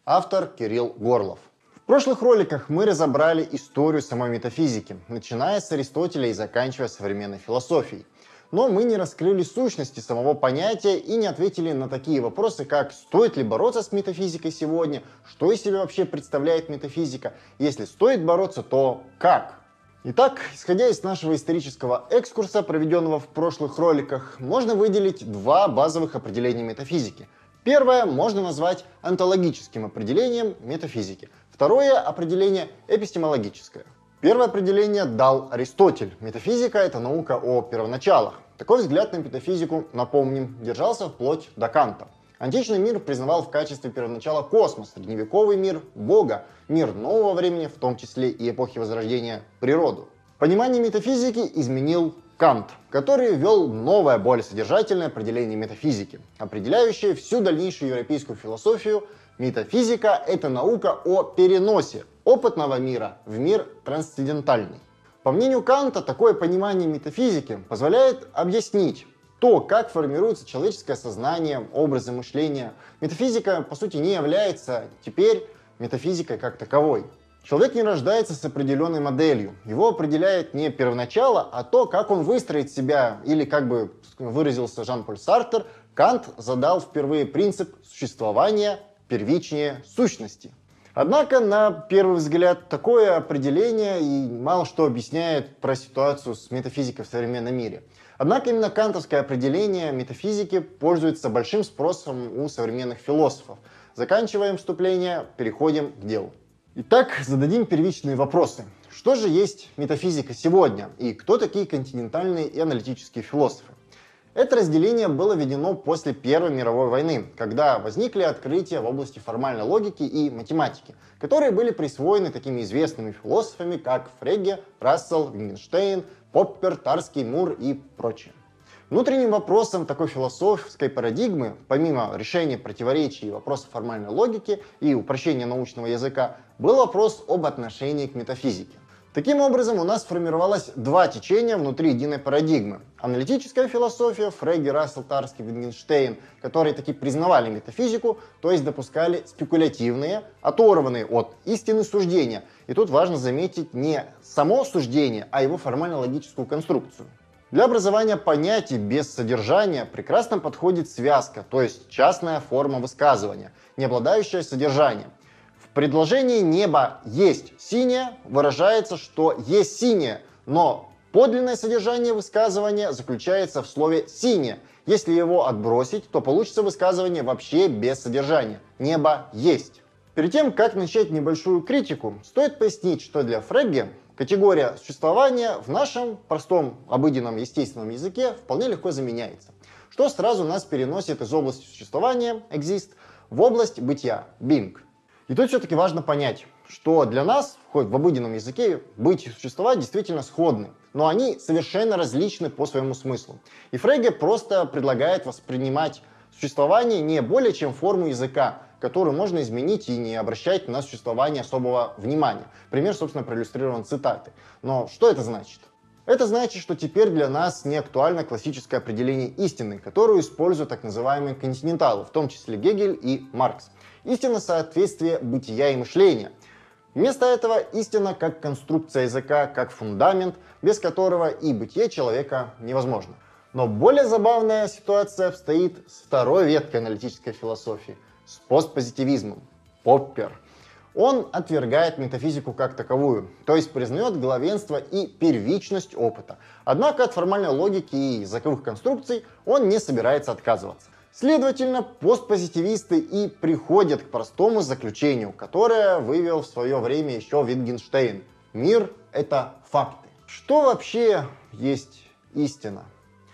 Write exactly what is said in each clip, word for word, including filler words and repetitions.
Автор Кирилл Горлов. В прошлых роликах мы разобрали историю самой метафизики, начиная с Аристотеля и заканчивая современной философией. Но мы не раскрыли сущности самого понятия и не ответили на такие вопросы, как стоит ли бороться с метафизикой сегодня, что из себя вообще представляет метафизика, если стоит бороться, то как? Итак, исходя из нашего исторического экскурса, проведенного в прошлых роликах, можно выделить два базовых определения метафизики. Первое можно назвать онтологическим определением метафизики. Второе определение эпистемологическое. Первое определение дал Аристотель. Метафизика – это наука о первоначалах. Такой взгляд на метафизику, напомним, держался вплоть до Канта. Античный мир признавал в качестве первоначала космос, средневековый мир – Бога, мир нового времени, в том числе и эпохи Возрождения – природу. Понимание метафизики изменил Кант, который ввел новое, более содержательное определение метафизики, определяющее всю дальнейшую европейскую философию. Метафизика – это наука о переносе опытного мира в мир трансцендентальный. По мнению Канта, такое понимание метафизики позволяет объяснить то, как формируется человеческое сознание, образы мышления. Метафизика, по сути, не является теперь метафизикой как таковой. Человек не рождается с определенной моделью. Его определяет не первоначало, а то, как он выстроит себя. Или, как бы выразился Жан-Поль Сартер, Кант задал впервые принцип существования первичнее сущности. Однако, на первый взгляд, такое определение и мало что объясняет про ситуацию с метафизикой в современном мире. Однако именно кантовское определение метафизики пользуется большим спросом у современных философов. Заканчиваем вступление, переходим к делу. Итак, зададим первичные вопросы. Что же есть метафизика сегодня? И кто такие континентальные и аналитические философы? Это разделение было введено после Первой мировой войны, когда возникли открытия в области формальной логики и математики, которые были присвоены такими известными философами, как Фрege, Рассел, Wittgenstein, Поппер, Тарский, Мур и прочие. Внутренним вопросом такой философской парадигмы, помимо решения противоречий и вопросов формальной логики и упрощения научного языка, был вопрос об отношении к метафизике. Таким образом, у нас сформировалось два течения внутри единой парадигмы. Аналитическая философия, Фреге, Рассел, Тарский, Wittgenstein, которые таки признавали метафизику, то есть допускали спекулятивные, оторванные от истины суждения. И тут важно заметить не само суждение, а его формально-логическую конструкцию. Для образования понятий без содержания прекрасно подходит связка, то есть частная форма высказывания, не обладающая содержанием. В предложении «небо есть синее» выражается, что есть синее, но подлинное содержание высказывания заключается в слове «синее». Если его отбросить, то получится высказывание вообще без содержания. Небо есть. Перед тем, как начать небольшую критику, стоит пояснить, что для Фрегге категория существования в нашем простом, обыденном, естественном языке вполне легко заменяется, что сразу нас переносит из области существования, exist, в область бытия, being. И тут все-таки важно понять, что для нас, хоть в обыденном языке, быть и существовать действительно сходны, но они совершенно различны по своему смыслу. И Фрегге просто предлагает воспринимать существование не более чем форму языка, которую можно изменить и не обращать на существование особого внимания. Пример, собственно, проиллюстрирован цитатой. Но что это значит? Это значит, что теперь для нас не актуально классическое определение истины, которую используют так называемые континенталы, в том числе Гегель и Маркс. Истина — соответствие бытия и мышления. Вместо этого истина как конструкция языка, как фундамент, без которого и бытие человека невозможно. Но более забавная ситуация обстоит с второй веткой аналитической философии, с постпозитивизмом. Поппер. Он отвергает метафизику как таковую, то есть признает главенство и первичность опыта. Однако от формальной логики и языковых конструкций он не собирается отказываться. Следовательно, постпозитивисты и приходят к простому заключению, которое вывел в свое время еще Wittgenstein. Мир — это факты. Что вообще есть истина?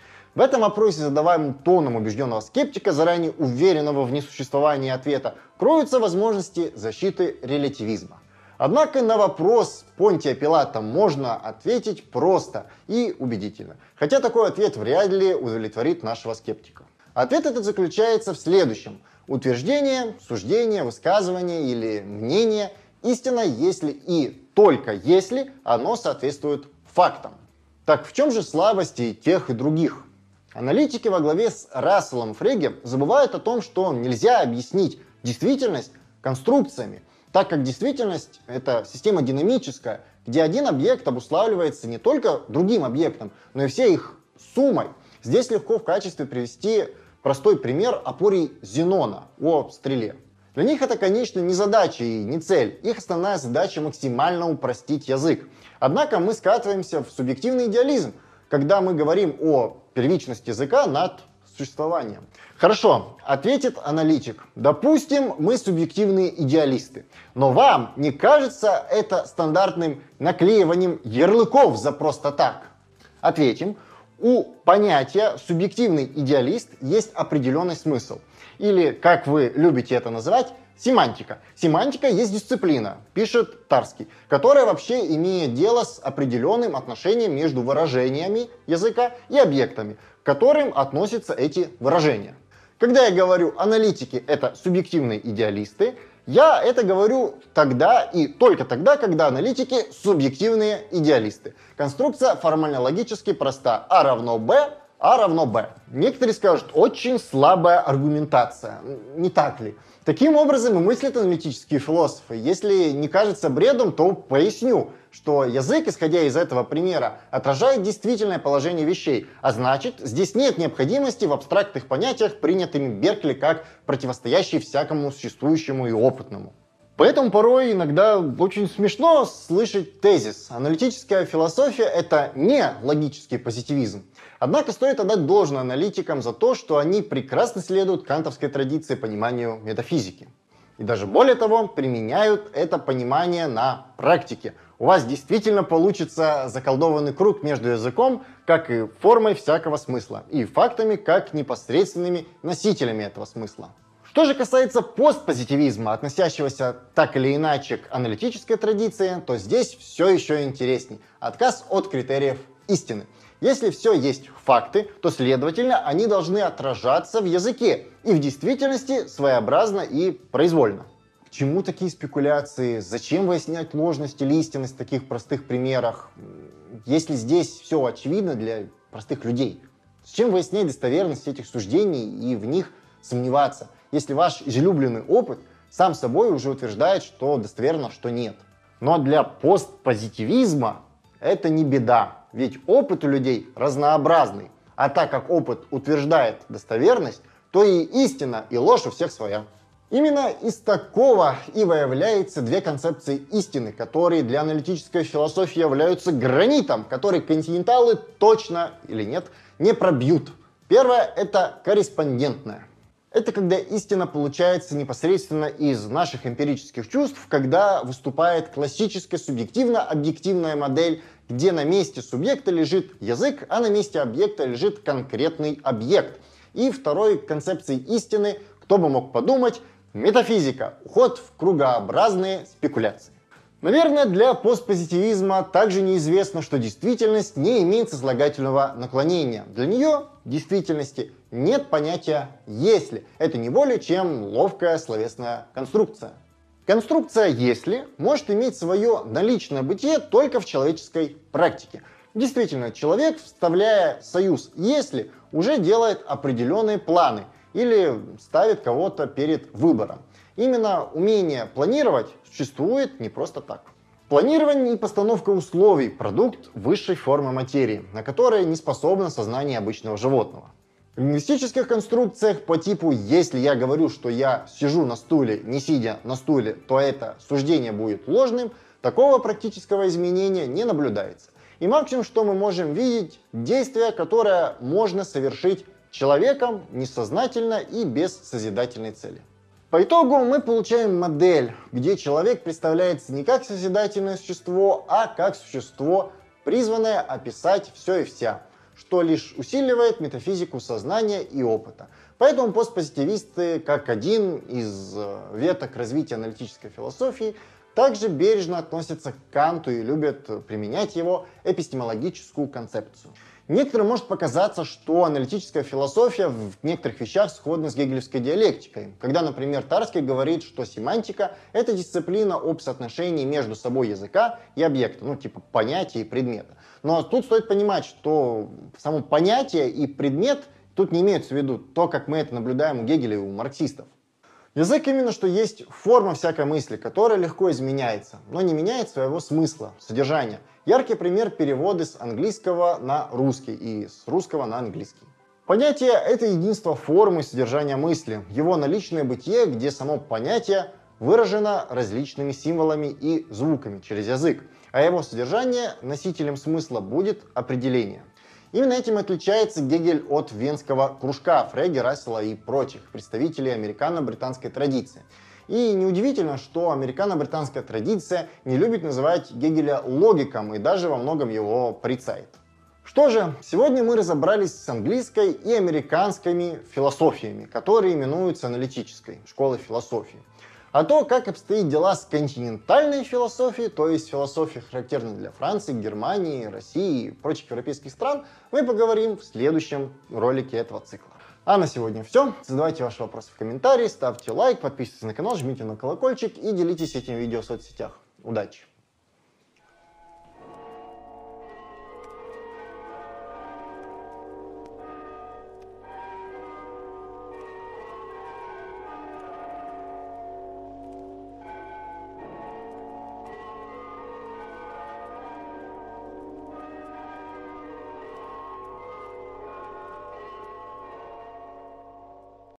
В этом вопросе, задаваемым тоном убежденного скептика, заранее уверенного в несуществовании ответа, кроются возможности защиты релятивизма. Однако на вопрос Понтия Пилата можно ответить просто и убедительно, хотя такой ответ вряд ли удовлетворит нашего скептика. Ответ этот заключается в следующем. Утверждение, суждение, высказывание или мнение истинно, если и только если оно соответствует фактам. Так в чем же слабости и тех, и других? Аналитики во главе с Расселом Фреге забывают о том, что нельзя объяснить действительность конструкциями, так как действительность — это система динамическая, где один объект обуславливается не только другим объектом, но и всей их суммой. Здесь легко в качестве привести простой пример опорий Зенона о стреле. Для них это, конечно, не задача и не цель. Их основная задача — максимально упростить язык. Однако мы скатываемся в субъективный идеализм, когда мы говорим о первичности языка над существованием. Хорошо, ответит аналитик. Допустим, мы субъективные идеалисты. Но вам не кажется это стандартным наклеиванием ярлыков за просто так? Ответим. У понятия «субъективный идеалист» есть определенный смысл. Или, как вы любите это называть, семантика. Семантика есть дисциплина, пишет Тарский, которая вообще имеет дело с определенным отношением между выражениями языка и объектами, к которым относятся эти выражения. Когда я говорю «аналитики — это субъективные идеалисты», я это говорю тогда и только тогда, когда аналитики — субъективные идеалисты. Конструкция формально-логически проста. А равно Б, А равно Б. Некоторые скажут, очень слабая аргументация. Не так ли? Таким образом и мыслят аналитические философы. Если не кажется бредом, то поясню, что язык, исходя из этого примера, отражает действительное положение вещей, а значит, здесь нет необходимости в абстрактных понятиях, принятыми Беркли как противостоящие всякому существующему и опытному. Поэтому порой иногда очень смешно слышать тезис: аналитическая философия — это не логический позитивизм. Однако стоит отдать должное аналитикам за то, что они прекрасно следуют кантовской традиции пониманию метафизики. И даже более того, применяют это понимание на практике. У вас действительно получится заколдованный круг между языком, как и формой всякого смысла, и фактами, как непосредственными носителями этого смысла. Что же касается постпозитивизма, относящегося так или иначе к аналитической традиции, то здесь все еще интересней. Отказ от критериев истины. Если все есть факты, то, следовательно, они должны отражаться в языке и в действительности своеобразно и произвольно. К чему такие спекуляции? Зачем выяснять ложность или истинность в таких простых примерах, если здесь все очевидно для простых людей? Зачем выяснять достоверность этих суждений и в них сомневаться, если ваш излюбленный опыт сам собой уже утверждает, что достоверно, что нет? Но для постпозитивизма это не беда, ведь опыт у людей разнообразный, а так как опыт утверждает достоверность, то и истина, и ложь у всех своя. Именно из такого и выявляются две концепции истины, которые для аналитической философии являются гранитом, который континенталы точно или нет не пробьют. Первое — это корреспондентное. Это когда истина получается непосредственно из наших эмпирических чувств, когда выступает классическая субъективно-объективная модель, где на месте субъекта лежит язык, а на месте объекта лежит конкретный объект. И второй концепцией истины, кто бы мог подумать, метафизика, уход в кругообразные спекуляции. Наверное, для постпозитивизма также неизвестно, что действительность не имеет сослагательного наклонения. Для нее, действительности, нет понятия «если». Это не более чем ловкая словесная конструкция. Конструкция «если» может иметь свое наличное бытие только в человеческой практике. Действительно, человек, вставляя союз «если», уже делает определенные планы или ставит кого-то перед выбором. Именно умение планировать существует не просто так. Планирование и постановка условий – продукт высшей формы материи, на которое не способно сознание обычного животного. В лингвистических конструкциях по типу «если я говорю, что я сижу на стуле, не сидя на стуле, то это суждение будет ложным», такого практического изменения не наблюдается. И максимум, что мы можем видеть, действие, которое можно совершить человеком несознательно и без созидательной цели. По итогу мы получаем модель, где человек представляется не как созидательное существо, а как существо, призванное описать все и вся, что лишь усиливает метафизику сознания и опыта. Поэтому постпозитивисты, как один из веток развития аналитической философии, также бережно относятся к Канту и любят применять его эпистемологическую концепцию. Некоторым может показаться, что аналитическая философия в некоторых вещах сходна с гегелевской диалектикой, когда, например, Тарский говорит, что семантика — это дисциплина об соотношении между собой языка и объекта, ну типа понятия и предмета. Но тут стоит понимать, что само понятие и предмет тут не имеются в виду то, как мы это наблюдаем у Гегеля и у марксистов. Язык именно что есть форма всякой мысли, которая легко изменяется, но не меняет своего смысла, содержания. Яркий пример — переводы с английского на русский и с русского на английский. Понятие — это единство формы и содержания мысли, его наличное бытие, где само понятие выражено различными символами и звуками через язык, а его содержание носителем смысла будет определение. Именно этим отличается Гегель от венского кружка Фреги, Рассела и прочих представителей американо-британской традиции. И неудивительно, что американо-британская традиция не любит называть Гегеля логиком и даже во многом его порицает. Что же, сегодня мы разобрались с английской и американскими философиями, которые именуются аналитической школой философии. А то, как обстоят дела с континентальной философией, то есть философией, характерной для Франции, Германии, России и прочих европейских стран, мы поговорим в следующем ролике этого цикла. А на сегодня все. Задавайте ваши вопросы в комментарии, ставьте лайк, подписывайтесь на канал, жмите на колокольчик и делитесь этим видео в соцсетях. Удачи!